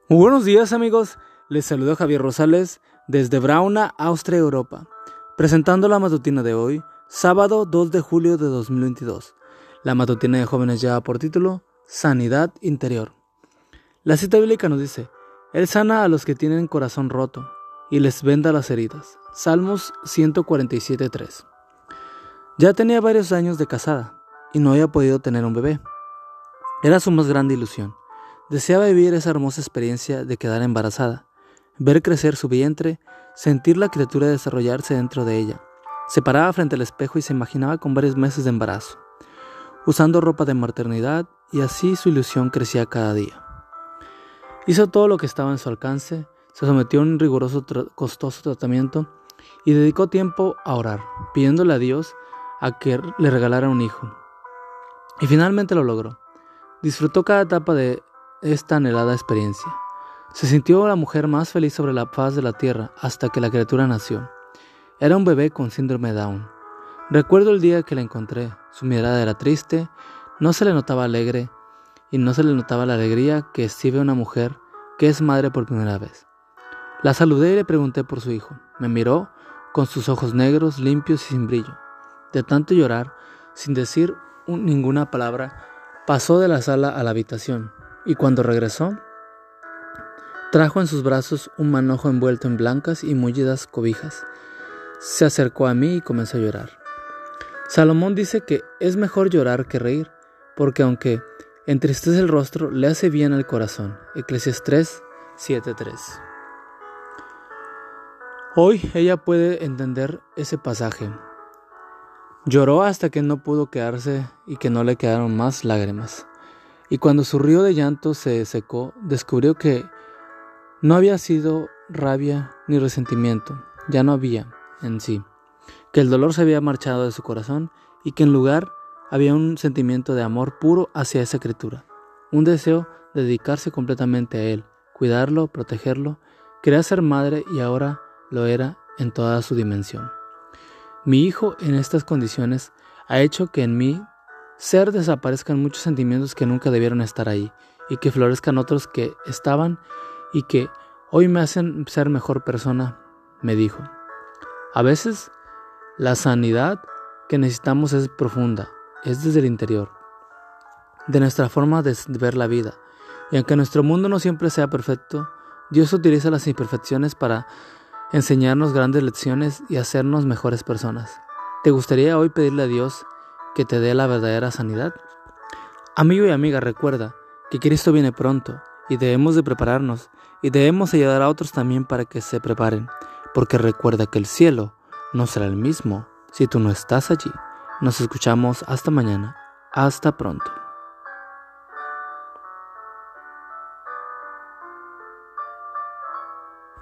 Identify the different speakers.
Speaker 1: Muy buenos días amigos, les saludo Javier Rosales desde Brauna, Austria, Europa, presentando la matutina de hoy, sábado 2 de julio de 2022. La matutina de jóvenes lleva por título Sanidad Interior. La cita bíblica nos dice: Él sana a los que tienen corazón roto y les venda las heridas. Salmos 147:3. Ya tenía varios años de casada y no había podido tener un bebé. Era su más grande ilusión. Deseaba vivir esa hermosa experiencia de quedar embarazada, ver crecer su vientre, sentir la criatura desarrollarse dentro de ella. Se paraba frente al espejo y se imaginaba con varios meses de embarazo, usando ropa de maternidad, y así su ilusión crecía cada día. Hizo todo lo que estaba en su alcance, se sometió a un riguroso costoso tratamiento y dedicó tiempo a orar, pidiéndole a Dios a que le regalara un hijo. Y finalmente lo logró. Disfrutó cada etapa de esta anhelada experiencia. Se sintió la mujer más feliz sobre la faz de la tierra hasta que la criatura nació. Era un bebé con síndrome de Down. Recuerdo el día que la encontré. Su mirada era triste, no se le notaba alegre y no se le notaba la alegría que exhibe una mujer que es madre por primera vez. La saludé y le pregunté por su hijo. Me miró con sus ojos negros, limpios y sin brillo. De tanto llorar, sin decir ninguna palabra, pasó de la sala a la habitación. Y cuando regresó, trajo en sus brazos un manojo envuelto en blancas y mullidas cobijas. Se acercó a mí y comenzó a llorar. Salomón dice que es mejor llorar que reír, porque aunque entristece el rostro, le hace bien al corazón. Eclesiastés 7:3. Hoy ella puede entender ese pasaje. Lloró hasta que no pudo quedarse y que no le quedaron más lágrimas. Y cuando su río de llanto se secó, descubrió que no había sido rabia ni resentimiento, ya no había en sí, que el dolor se había marchado de su corazón y que en lugar había un sentimiento de amor puro hacia esa criatura, un deseo de dedicarse completamente a él, cuidarlo, protegerlo. Quería ser madre y ahora lo era en toda su dimensión. Mi hijo en estas condiciones ha hecho que en mí ser desaparezcan muchos sentimientos que nunca debieron estar ahí y que florezcan otros que estaban y que hoy me hacen ser mejor persona, me dijo. A veces la sanidad que necesitamos es profunda, es desde el interior, de nuestra forma de ver la vida. Y aunque nuestro mundo no siempre sea perfecto, Dios utiliza las imperfecciones para enseñarnos grandes lecciones y hacernos mejores personas. ¿Te gustaría hoy pedirle a Dios que te dé la verdadera sanidad? Amigo y amiga, recuerda que Cristo viene pronto y debemos de prepararnos y debemos ayudar a otros también para que se preparen, porque recuerda que el cielo no será el mismo si tú no estás allí. Nos escuchamos hasta mañana. Hasta pronto.